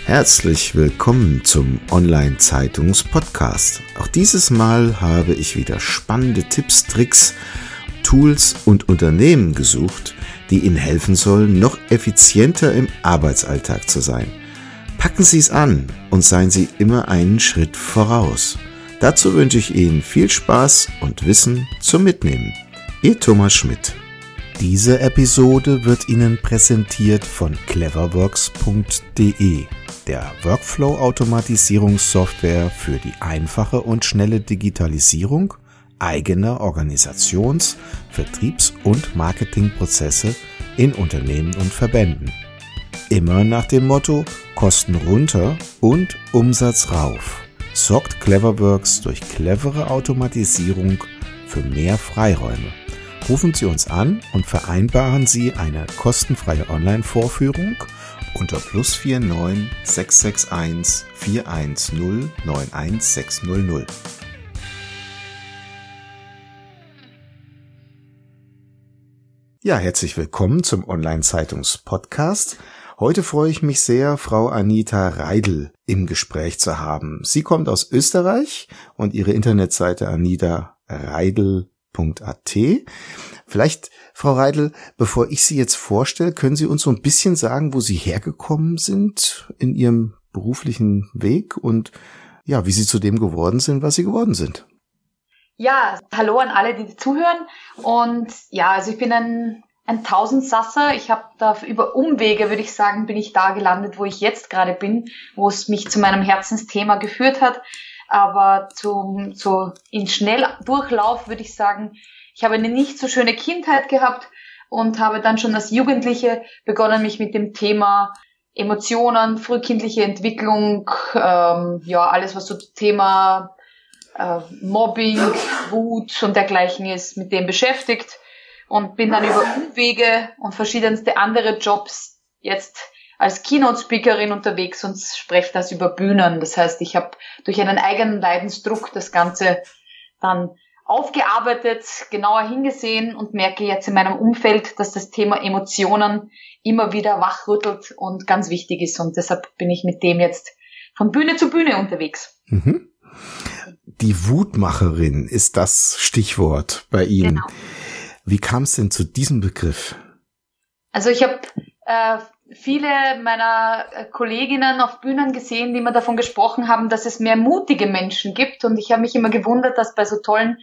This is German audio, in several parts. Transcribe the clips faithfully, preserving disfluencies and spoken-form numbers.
Herzlich willkommen zum Online-Zeitungs-Podcast. Auch dieses Mal habe ich wieder spannende Tipps, Tricks, Tools und Unternehmen gesucht, die Ihnen helfen sollen, noch effizienter im Arbeitsalltag zu sein. Packen Sie es an und seien Sie immer einen Schritt voraus. Dazu wünsche ich Ihnen viel Spaß und Wissen zum Mitnehmen. Ihr Thomas Schmidt. Diese Episode wird Ihnen präsentiert von cleverworks punkt de, der Workflow-Automatisierungssoftware für die einfache und schnelle Digitalisierung eigener Organisations-, Vertriebs- und Marketingprozesse in Unternehmen und Verbänden. Immer nach dem Motto Kosten runter und Umsatz rauf sorgt Cleverworks durch clevere Automatisierung für mehr Freiräume. Rufen Sie uns an und vereinbaren Sie eine kostenfreie Online-Vorführung unter plus vier neun sechs sechs eins vier eins null neun eins sechs null null. Ja, herzlich willkommen zum Online-Zeitungs-Podcast. Heute freue ich mich sehr, Frau Anita Reidl im Gespräch zu haben. Sie kommt aus Österreich und ihre Internetseite anita reidl punkt a t. Vielleicht, Frau Reidl, bevor ich Sie jetzt vorstelle, können Sie uns so ein bisschen sagen, wo Sie hergekommen sind in Ihrem beruflichen Weg und ja, wie Sie zu dem geworden sind, was Sie geworden sind. Ja, hallo an alle, die zuhören. Und ja, also ich bin ein, ein Tausendsasser. Ich habe da über Umwege, würde ich sagen, bin ich da gelandet, wo ich jetzt gerade bin, wo es mich zu meinem Herzensthema geführt hat. Aber zum, so in Schnelldurchlauf würde ich sagen, ich habe eine nicht so schöne Kindheit gehabt und habe dann schon als Jugendliche begonnen, mich mit dem Thema Emotionen, frühkindliche Entwicklung, ähm, ja, alles was so Thema äh, Mobbing, Wut und dergleichen ist, mit dem beschäftigt und bin dann über Umwege und verschiedenste andere Jobs jetzt als Keynote-Speakerin unterwegs und spreche das über Bühnen. Das heißt, ich habe durch einen eigenen Leidensdruck das Ganze dann aufgearbeitet, genauer hingesehen und merke jetzt in meinem Umfeld, dass das Thema Emotionen immer wieder wachrüttelt und ganz wichtig ist. Und deshalb bin ich mit dem jetzt von Bühne zu Bühne unterwegs. Mhm. Die Wutmacherin ist das Stichwort bei Ihnen. Genau. Wie kam es denn zu diesem Begriff? Also ich habe äh, viele meiner Kolleginnen auf Bühnen gesehen, die mir davon gesprochen haben, dass es mehr mutige Menschen gibt. Und ich habe mich immer gewundert, dass bei so tollen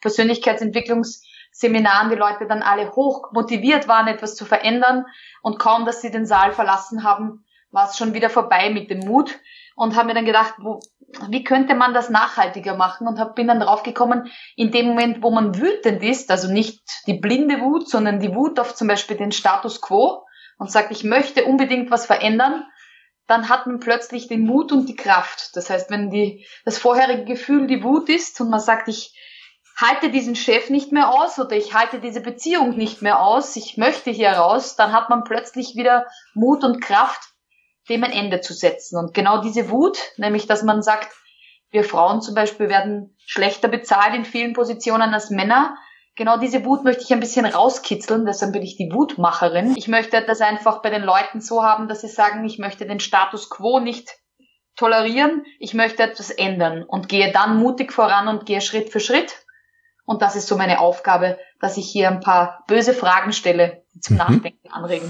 Persönlichkeitsentwicklungsseminaren die Leute dann alle hoch motiviert waren, etwas zu verändern. Und kaum, dass sie den Saal verlassen haben, war es schon wieder vorbei mit dem Mut. Und habe mir dann gedacht, wo, wie könnte man das nachhaltiger machen? Und hab, bin dann draufgekommen, in dem Moment, wo man wütend ist, also nicht die blinde Wut, sondern die Wut auf zum Beispiel den Status quo, und sagt, ich möchte unbedingt was verändern, dann hat man plötzlich den Mut und die Kraft. Das heißt, wenn die, das vorherige Gefühl die Wut ist und man sagt, ich halte diesen Chef nicht mehr aus oder ich halte diese Beziehung nicht mehr aus, ich möchte hier raus, dann hat man plötzlich wieder Mut und Kraft, dem ein Ende zu setzen. Und genau diese Wut, nämlich dass man sagt, wir Frauen zum Beispiel werden schlechter bezahlt in vielen Positionen als Männer, genau diese Wut möchte ich ein bisschen rauskitzeln, deshalb bin ich die Wutmacherin. Ich möchte das einfach bei den Leuten so haben, dass sie sagen, ich möchte den Status quo nicht tolerieren, ich möchte etwas ändern und gehe dann mutig voran und gehe Schritt für Schritt. Und das ist so meine Aufgabe, dass ich hier ein paar böse Fragen stelle, die zum mhm. Nachdenken anregen.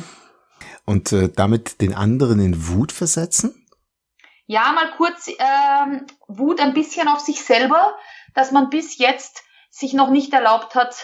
Und äh, damit den anderen in Wut versetzen? Ja, mal kurz ähm, Wut ein bisschen auf sich selber, dass man bis jetzt sich noch nicht erlaubt hat,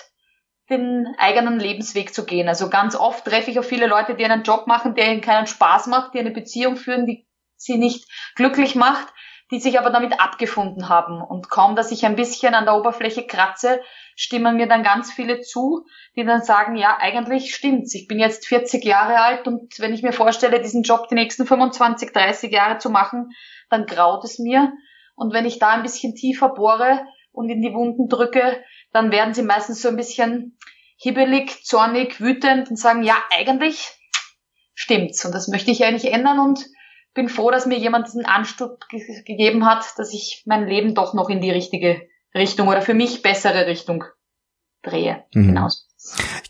den eigenen Lebensweg zu gehen. Also ganz oft treffe ich auch viele Leute, die einen Job machen, der ihnen keinen Spaß macht, die eine Beziehung führen, die sie nicht glücklich macht, die sich aber damit abgefunden haben. Und kaum, dass ich ein bisschen an der Oberfläche kratze, stimmen mir dann ganz viele zu, die dann sagen, ja, eigentlich stimmt's. Ich bin jetzt vierzig Jahre alt und wenn ich mir vorstelle, diesen Job die nächsten fünfundzwanzig, dreißig Jahre zu machen, dann graut es mir. Und wenn ich da ein bisschen tiefer bohre und in die Wunden drücke, dann werden sie meistens so ein bisschen hibbelig, zornig, wütend und sagen, ja, eigentlich stimmt's. Und das möchte ich eigentlich ändern und bin froh, dass mir jemand diesen Anstoß ge- gegeben hat, dass ich mein Leben doch noch in die richtige Richtung oder für mich bessere Richtung drehe. Mhm. Genau. Ich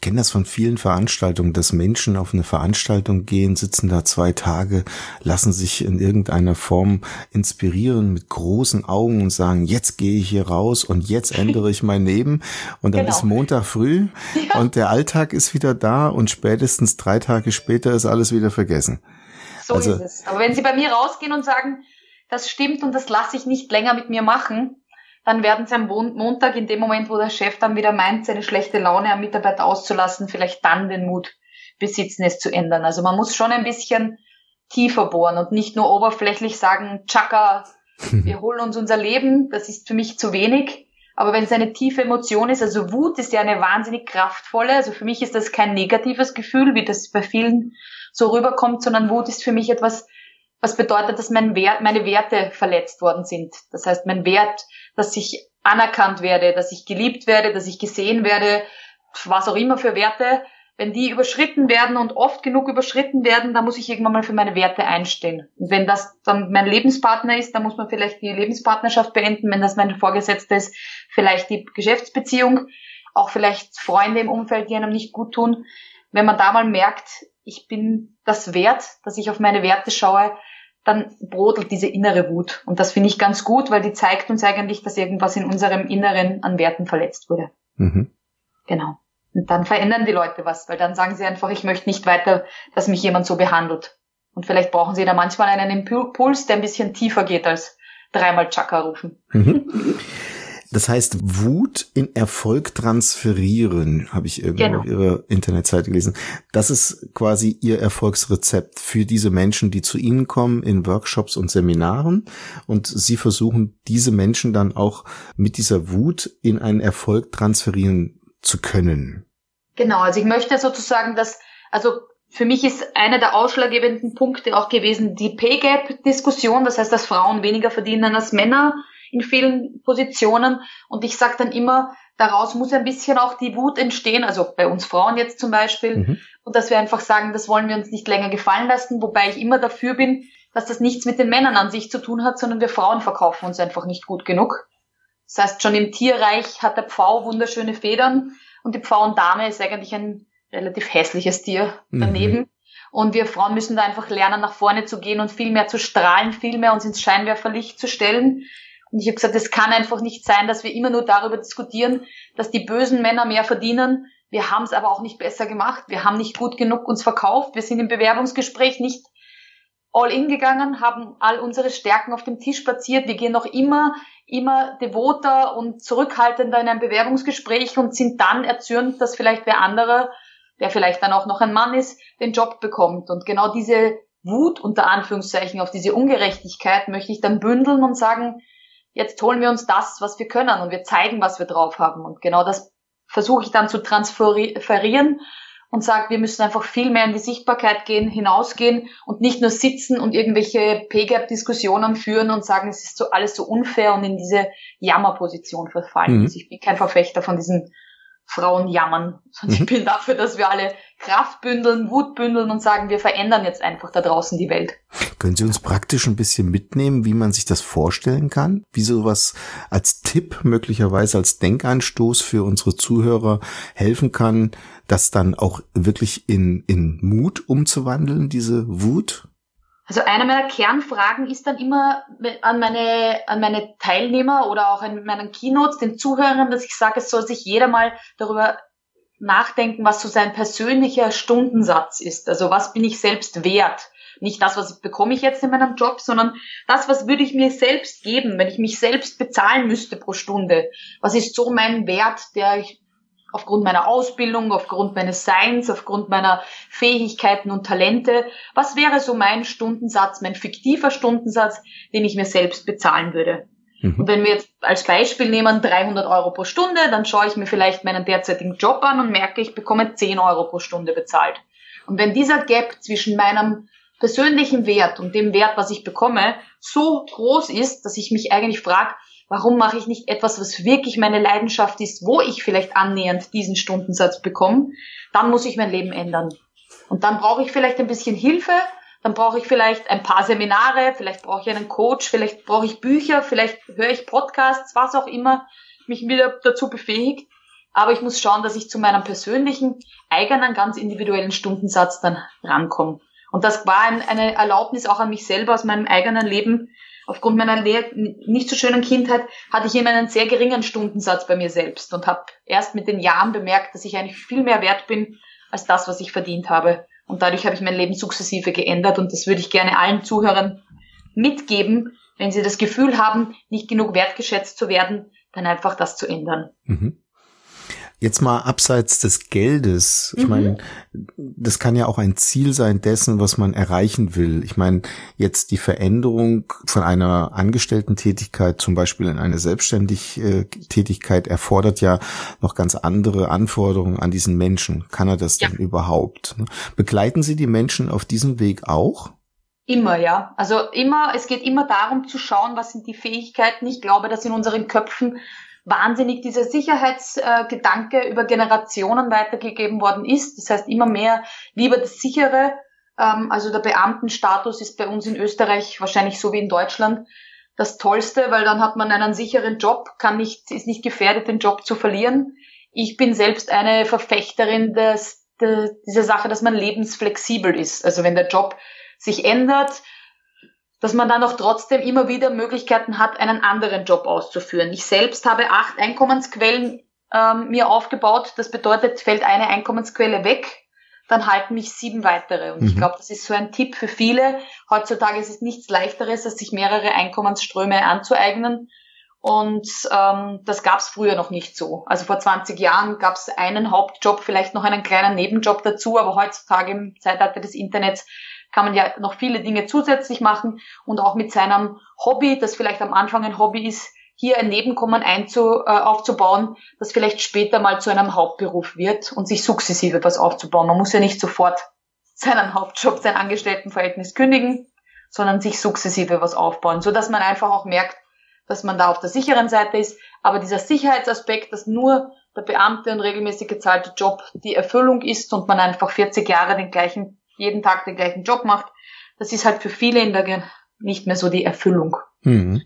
Ich kenne das von vielen Veranstaltungen, dass Menschen auf eine Veranstaltung gehen, sitzen da zwei Tage, lassen sich in irgendeiner Form inspirieren mit großen Augen und sagen, jetzt gehe ich hier raus und jetzt ändere ich mein Leben. Und dann genau. ist Montag früh ja. und der Alltag ist wieder da und spätestens drei Tage später ist alles wieder vergessen. So also, ist es. Aber wenn Sie bei mir rausgehen und sagen, das stimmt und das lasse ich nicht länger mit mir machen, dann werden sie am Montag, in dem Moment, wo der Chef dann wieder meint, seine schlechte Laune am Mitarbeiter auszulassen, vielleicht dann den Mut besitzen, es zu ändern. Also man muss schon ein bisschen tiefer bohren und nicht nur oberflächlich sagen, tschakka, wir holen uns unser Leben, das ist für mich zu wenig. Aber wenn es eine tiefe Emotion ist, also Wut ist ja eine wahnsinnig kraftvolle, also für mich ist das kein negatives Gefühl, wie das bei vielen so rüberkommt, sondern Wut ist für mich etwas, was bedeutet, dass mein Wert, meine Werte verletzt worden sind. Das heißt, mein Wert, dass ich anerkannt werde, dass ich geliebt werde, dass ich gesehen werde, was auch immer für Werte, wenn die überschritten werden und oft genug überschritten werden, dann muss ich irgendwann mal für meine Werte einstehen. Und wenn das dann mein Lebenspartner ist, dann muss man vielleicht die Lebenspartnerschaft beenden. Wenn das mein Vorgesetzter ist, vielleicht die Geschäftsbeziehung, auch vielleicht Freunde im Umfeld, die einem nicht gut tun. Wenn man da mal merkt, ich bin das wert, dass ich auf meine Werte schaue, dann brodelt diese innere Wut. Und das finde ich ganz gut, weil die zeigt uns eigentlich, dass irgendwas in unserem Inneren an Werten verletzt wurde. Mhm. Genau. Und dann verändern die Leute was, weil dann sagen sie einfach, ich möchte nicht weiter, dass mich jemand so behandelt. Und vielleicht brauchen sie da manchmal einen Impuls, der ein bisschen tiefer geht als dreimal Chaka rufen. Mhm. Das heißt, Wut in Erfolg transferieren, habe ich irgendwo genau. auf Ihrer Internetseite gelesen. Das ist quasi Ihr Erfolgsrezept für diese Menschen, die zu Ihnen kommen in Workshops und Seminaren. Und Sie versuchen, diese Menschen dann auch mit dieser Wut in einen Erfolg transferieren zu können. Genau, also ich möchte sozusagen, dass, also für mich ist einer der ausschlaggebenden Punkte auch gewesen, die Pay-Gap-Diskussion. Das heißt, dass Frauen weniger verdienen als Männer in vielen Positionen. Und ich sage dann immer, daraus muss ein bisschen auch die Wut entstehen, also bei uns Frauen jetzt zum Beispiel. Mhm. Und dass wir einfach sagen, das wollen wir uns nicht länger gefallen lassen, wobei ich immer dafür bin, dass das nichts mit den Männern an sich zu tun hat, sondern wir Frauen verkaufen uns einfach nicht gut genug. Das heißt, schon im Tierreich hat der Pfau wunderschöne Federn und die Pfauendame ist eigentlich ein relativ hässliches Tier daneben. Mhm. Und wir Frauen müssen da einfach lernen, nach vorne zu gehen und viel mehr zu strahlen, viel mehr uns ins Scheinwerferlicht zu stellen. Und ich habe gesagt, es kann einfach nicht sein, dass wir immer nur darüber diskutieren, dass die bösen Männer mehr verdienen. Wir haben es aber auch nicht besser gemacht. Wir haben nicht gut genug uns verkauft. Wir sind im Bewerbungsgespräch nicht all in gegangen, haben all unsere Stärken auf dem Tisch platziert. Wir gehen noch immer, immer devoter und zurückhaltender in ein Bewerbungsgespräch und sind dann erzürnt, dass vielleicht wer andere, der vielleicht dann auch noch ein Mann ist, den Job bekommt. Und genau diese Wut, unter Anführungszeichen, auf diese Ungerechtigkeit möchte ich dann bündeln und sagen, jetzt holen wir uns das, was wir können und wir zeigen, was wir drauf haben. Und genau das versuche ich dann zu transferieren und sage, wir müssen einfach viel mehr in die Sichtbarkeit gehen, hinausgehen und nicht nur sitzen und irgendwelche Pay-Gap-Diskussionen führen und sagen, es ist so alles so unfair und in diese Jammerposition verfallen. Mhm. Also ich bin kein Verfechter von diesen Frauen jammern, sondern mhm. ich bin dafür, dass wir alle Kraft bündeln, Wut bündeln und sagen, wir verändern jetzt einfach da draußen die Welt. Können Sie uns praktisch ein bisschen mitnehmen, wie man sich das vorstellen kann? Wie sowas als Tipp, möglicherweise als Denkanstoß für unsere Zuhörer helfen kann, das dann auch wirklich in, in Mut umzuwandeln, diese Wut? Also eine meiner Kernfragen ist dann immer an meine, an meine Teilnehmer oder auch in meinen Keynotes, den Zuhörern, dass ich sage, es soll sich jeder mal darüber nachdenken, was so sein persönlicher Stundensatz ist. Also was bin ich selbst wert? Nicht das, was bekomme ich jetzt in meinem Job, sondern das, was würde ich mir selbst geben, wenn ich mich selbst bezahlen müsste pro Stunde. Was ist so mein Wert, der ich aufgrund meiner Ausbildung, aufgrund meines Seins, aufgrund meiner Fähigkeiten und Talente, was wäre so mein Stundensatz, mein fiktiver Stundensatz, den ich mir selbst bezahlen würde? Mhm. Und wenn wir jetzt als Beispiel nehmen dreihundert Euro pro Stunde, dann schaue ich mir vielleicht meinen derzeitigen Job an und merke, ich bekomme zehn Euro pro Stunde bezahlt. Und wenn dieser Gap zwischen meinem persönlichen Wert und dem Wert, was ich bekomme, so groß ist, dass ich mich eigentlich frage, warum mache ich nicht etwas, was wirklich meine Leidenschaft ist, wo ich vielleicht annähernd diesen Stundensatz bekomme, dann muss ich mein Leben ändern. Und dann brauche ich vielleicht ein bisschen Hilfe, dann brauche ich vielleicht ein paar Seminare, vielleicht brauche ich einen Coach, vielleicht brauche ich Bücher, vielleicht höre ich Podcasts, was auch immer mich wieder dazu befähigt. Aber ich muss schauen, dass ich zu meinem persönlichen, eigenen, ganz individuellen Stundensatz dann rankomme. Und das war ein, eine Erlaubnis auch an mich selber aus meinem eigenen Leben. Aufgrund meiner Lehr- nicht so schönen Kindheit hatte ich immer einen sehr geringen Stundensatz bei mir selbst und habe erst mit den Jahren bemerkt, dass ich eigentlich viel mehr wert bin als das, was ich verdient habe. Und dadurch habe ich mein Leben sukzessive geändert und das würde ich gerne allen Zuhörern mitgeben, wenn sie das Gefühl haben, nicht genug wertgeschätzt zu werden, dann einfach das zu ändern. Mhm. Jetzt mal abseits des Geldes. Ich mhm. meine, das kann ja auch ein Ziel sein dessen, was man erreichen will. Ich meine, jetzt die Veränderung von einer Angestellten-Tätigkeit zum Beispiel in eine Selbstständig-Tätigkeit erfordert ja noch ganz andere Anforderungen an diesen Menschen. Kann er das ja. denn überhaupt? Begleiten Sie die Menschen auf diesem Weg auch? Immer, ja. Also immer, es geht immer darum zu schauen, was sind die Fähigkeiten. Ich glaube, dass in unseren Köpfen wahnsinnig dieser Sicherheitsgedanke äh, über Generationen weitergegeben worden ist. Das heißt immer mehr lieber das Sichere. Ähm, also der Beamtenstatus ist bei uns in Österreich wahrscheinlich so wie in Deutschland das Tollste, weil dann hat man einen sicheren Job, kann nicht, ist nicht gefährdet, den Job zu verlieren. Ich bin selbst eine Verfechterin des, de, dieser Sache, dass man lebensflexibel ist. Also wenn der Job sich ändert, dass man dann auch trotzdem immer wieder Möglichkeiten hat, einen anderen Job auszuführen. Ich selbst habe acht Einkommensquellen ähm, mir aufgebaut. Das bedeutet, fällt eine Einkommensquelle weg, dann halten mich sieben weitere. Und mhm. ich glaube, das ist so ein Tipp für viele. Heutzutage ist es nichts Leichteres, als sich mehrere Einkommensströme anzueignen. Und ähm, das gab es früher noch nicht so. Also vor zwanzig Jahren gab es einen Hauptjob, vielleicht noch einen kleinen Nebenjob dazu, aber heutzutage im Zeitalter des Internets kann man ja noch viele Dinge zusätzlich machen und auch mit seinem Hobby, das vielleicht am Anfang ein Hobby ist, hier ein Nebenkommen einzu, äh, aufzubauen, das vielleicht später mal zu einem Hauptberuf wird und sich sukzessive was aufzubauen. Man muss ja nicht sofort seinen Hauptjob, sein Angestelltenverhältnis kündigen, sondern sich sukzessive was aufbauen, so dass man einfach auch merkt, dass man da auf der sicheren Seite ist. Aber dieser Sicherheitsaspekt, dass nur der Beamte und regelmäßig gezahlte Job die Erfüllung ist und man einfach vierzig Jahre den gleichen jeden Tag den gleichen Job macht, das ist halt für viele in der Ge- nicht mehr so die Erfüllung. Mhm.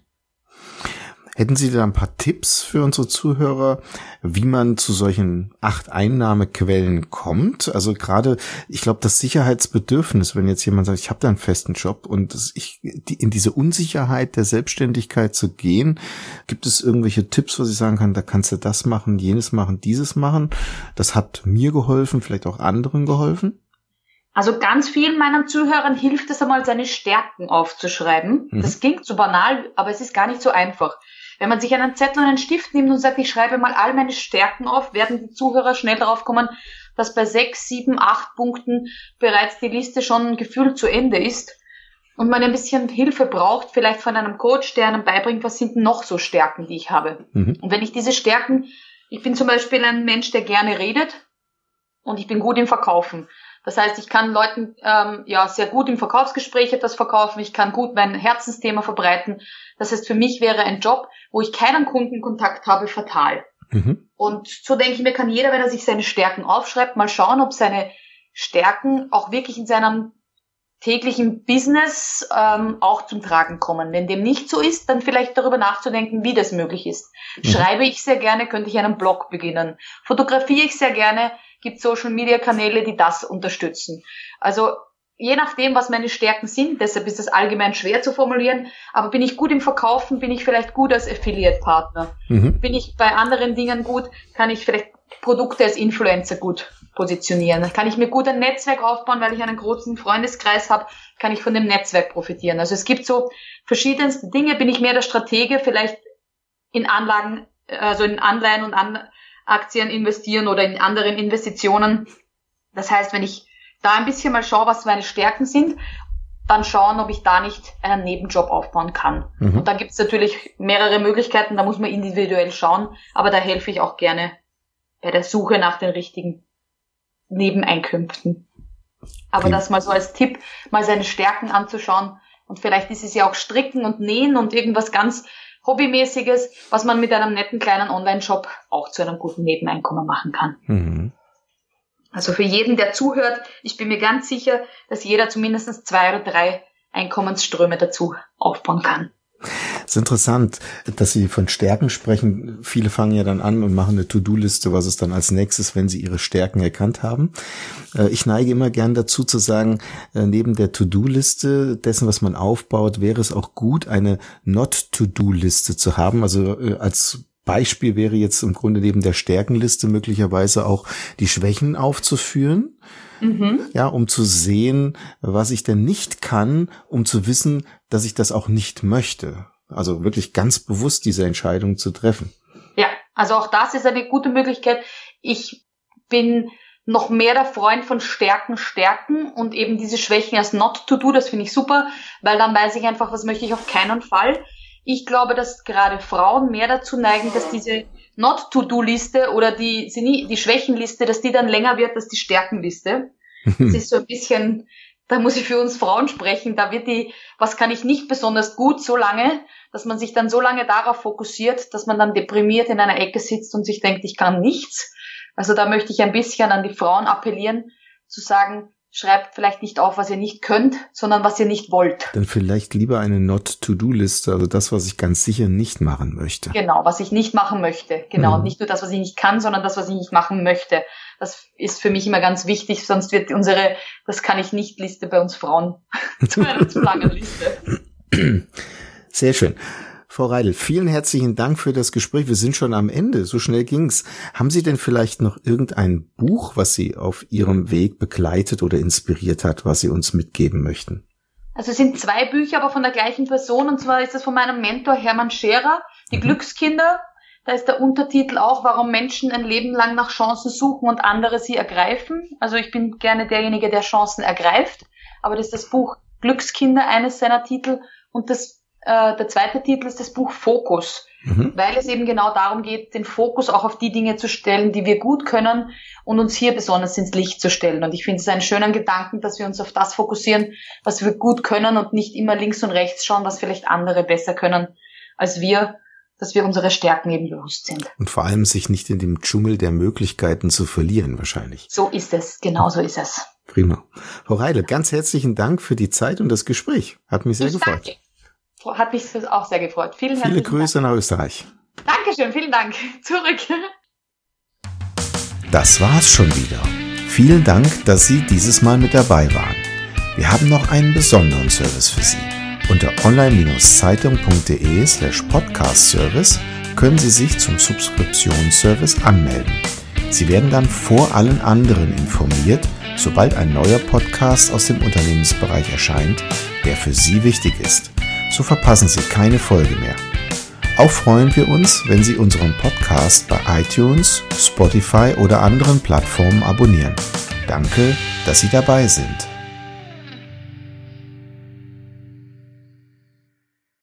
Hätten Sie da ein paar Tipps für unsere Zuhörer, wie man zu solchen acht Einnahmequellen kommt? Also gerade, ich glaube, das Sicherheitsbedürfnis, wenn jetzt jemand sagt, ich habe da einen festen Job und das, ich, die, in diese Unsicherheit der Selbstständigkeit zu gehen, gibt es irgendwelche Tipps, wo Sie sagen kann, da kannst du das machen, jenes machen, dieses machen? Das hat mir geholfen, vielleicht auch anderen geholfen? Also ganz vielen meinen Zuhörern hilft es einmal, seine Stärken aufzuschreiben. Mhm. Das klingt so banal, aber es ist gar nicht so einfach. Wenn man sich einen Zettel und einen Stift nimmt und sagt, ich schreibe mal all meine Stärken auf, werden die Zuhörer schnell darauf kommen, dass bei sechs, sieben, acht Punkten bereits die Liste schon gefühlt zu Ende ist und man ein bisschen Hilfe braucht, vielleicht von einem Coach, der einem beibringt, was sind noch so Stärken, die ich habe. Mhm. Und wenn ich diese Stärken, ich bin zum Beispiel ein Mensch, der gerne redet und ich bin gut im Verkaufen. Das heißt, ich kann Leuten ähm, ja sehr gut im Verkaufsgespräch etwas verkaufen, ich kann gut mein Herzensthema verbreiten. Das heißt, für mich wäre ein Job, wo ich keinen Kundenkontakt habe, fatal. Mhm. Und so denke ich mir, kann jeder, wenn er sich seine Stärken aufschreibt, mal schauen, ob seine Stärken auch wirklich in seinem täglichen Business ähm, auch zum Tragen kommen. Wenn dem nicht so ist, dann vielleicht darüber nachzudenken, wie das möglich ist. Mhm. Schreibe ich sehr gerne, könnte ich einen Blog beginnen. Fotografiere ich sehr gerne, gibt Social-Media-Kanäle, die das unterstützen. Also je nachdem, was meine Stärken sind, deshalb ist es allgemein schwer zu formulieren, aber bin ich gut im Verkaufen, bin ich vielleicht gut als Affiliate-Partner. Mhm. Bin ich bei anderen Dingen gut, kann ich vielleicht Produkte als Influencer gut positionieren. Kann ich mir gut ein Netzwerk aufbauen, weil ich einen großen Freundeskreis habe, kann ich von dem Netzwerk profitieren. Also es gibt so verschiedenste Dinge, bin ich mehr der Stratege, vielleicht in Anlagen, also in Anleihen und an Aktien investieren oder in anderen Investitionen. Das heißt, wenn ich da ein bisschen mal schaue, was meine Stärken sind, dann schauen, ob ich da nicht einen Nebenjob aufbauen kann. Mhm. Und da gibt es natürlich mehrere Möglichkeiten, da muss man individuell schauen, aber da helfe ich auch gerne bei der Suche nach den richtigen Nebeneinkünften. Aber okay. Das mal so als Tipp, mal seine Stärken anzuschauen und vielleicht ist es ja auch Stricken und Nähen und irgendwas ganz Hobbymäßiges, was man mit einem netten kleinen Online-Shop auch zu einem guten Nebeneinkommen machen kann. Mhm. Also für jeden, der zuhört, ich bin mir ganz sicher, dass jeder zumindest zwei oder drei Einkommensströme dazu aufbauen kann. Es ist interessant, dass Sie von Stärken sprechen. Viele fangen ja dann an und machen eine To-Do-Liste, was es dann als nächstes, wenn sie ihre Stärken erkannt haben. Ich neige immer gern dazu zu sagen, neben der To-Do-Liste dessen, was man aufbaut, wäre es auch gut, eine Not-To-Do-Liste zu haben. Also als Beispiel wäre jetzt im Grunde neben der Stärkenliste möglicherweise auch die Schwächen aufzuführen. Mhm. Ja, um zu sehen, was ich denn nicht kann, um zu wissen, dass ich das auch nicht möchte. Also wirklich ganz bewusst diese Entscheidung zu treffen. Ja, also auch das ist eine gute Möglichkeit. Ich bin noch mehr der Freund von Stärken, Stärken und eben diese Schwächen als not to do, das finde ich super, weil dann weiß ich einfach, was möchte ich auf keinen Fall. Ich glaube, dass gerade Frauen mehr dazu neigen, dass diese Not-to-Do-Liste oder die, die Schwächenliste, dass die dann länger wird als die Stärkenliste. Das ist so ein bisschen, da muss ich für uns Frauen sprechen, da wird die, was kann ich nicht besonders gut, so lange, dass man sich dann so lange darauf fokussiert, dass man dann deprimiert in einer Ecke sitzt und sich denkt, ich kann nichts. Also da möchte ich ein bisschen an die Frauen appellieren, zu sagen, schreibt vielleicht nicht auf, was ihr nicht könnt, sondern was ihr nicht wollt. Dann vielleicht lieber eine Not-to-Do-Liste, also das, was ich ganz sicher nicht machen möchte. Genau, was ich nicht machen möchte. Genau, mhm. Nicht nur das, was ich nicht kann, sondern das, was ich nicht machen möchte. Das ist für mich immer ganz wichtig, sonst wird unsere das kann ich nicht Liste bei uns Frauen zu einer zu langen Liste. Sehr schön. Frau Reidel, vielen herzlichen Dank für das Gespräch. Wir sind schon am Ende. So schnell ging's. Haben Sie denn vielleicht noch irgendein Buch, was Sie auf Ihrem Weg begleitet oder inspiriert hat, was Sie uns mitgeben möchten? Also es sind zwei Bücher, aber von der gleichen Person. Und zwar ist das von meinem Mentor Hermann Scherer, Die mhm. Glückskinder. Da ist der Untertitel auch, warum Menschen ein Leben lang nach Chancen suchen und andere sie ergreifen. Also ich bin gerne derjenige, der Chancen ergreift. Aber das ist das Buch Glückskinder, eines seiner Titel. Und das Der zweite Titel ist das Buch Fokus, mhm. weil es eben genau darum geht, den Fokus auch auf die Dinge zu stellen, die wir gut können und uns hier besonders ins Licht zu stellen. Und ich finde es einen schönen Gedanken, dass wir uns auf das fokussieren, was wir gut können und nicht immer links und rechts schauen, was vielleicht andere besser können als wir, dass wir unsere Stärken eben bewusst sind. Und vor allem sich nicht in dem Dschungel der Möglichkeiten zu verlieren wahrscheinlich. So ist es, genau so ist es. Prima. Frau Reidel, ganz herzlichen Dank für die Zeit und das Gespräch. Hat mich sehr ich gefreut. Danke. Hat mich auch sehr gefreut. Vielen Viele Grüße Dank. Nach Österreich. Dankeschön, vielen Dank. Zurück. Das war's schon wieder. Vielen Dank, dass Sie dieses Mal mit dabei waren. Wir haben noch einen besonderen Service für Sie. Unter online-zeitung.de slash podcast-service können Sie sich zum Subskriptionsservice anmelden. Sie werden dann vor allen anderen informiert, sobald ein neuer Podcast aus dem Unternehmensbereich erscheint, der für Sie wichtig ist. So verpassen Sie keine Folge mehr. Auch freuen wir uns, wenn Sie unseren Podcast bei iTunes, Spotify oder anderen Plattformen abonnieren. Danke, dass Sie dabei sind.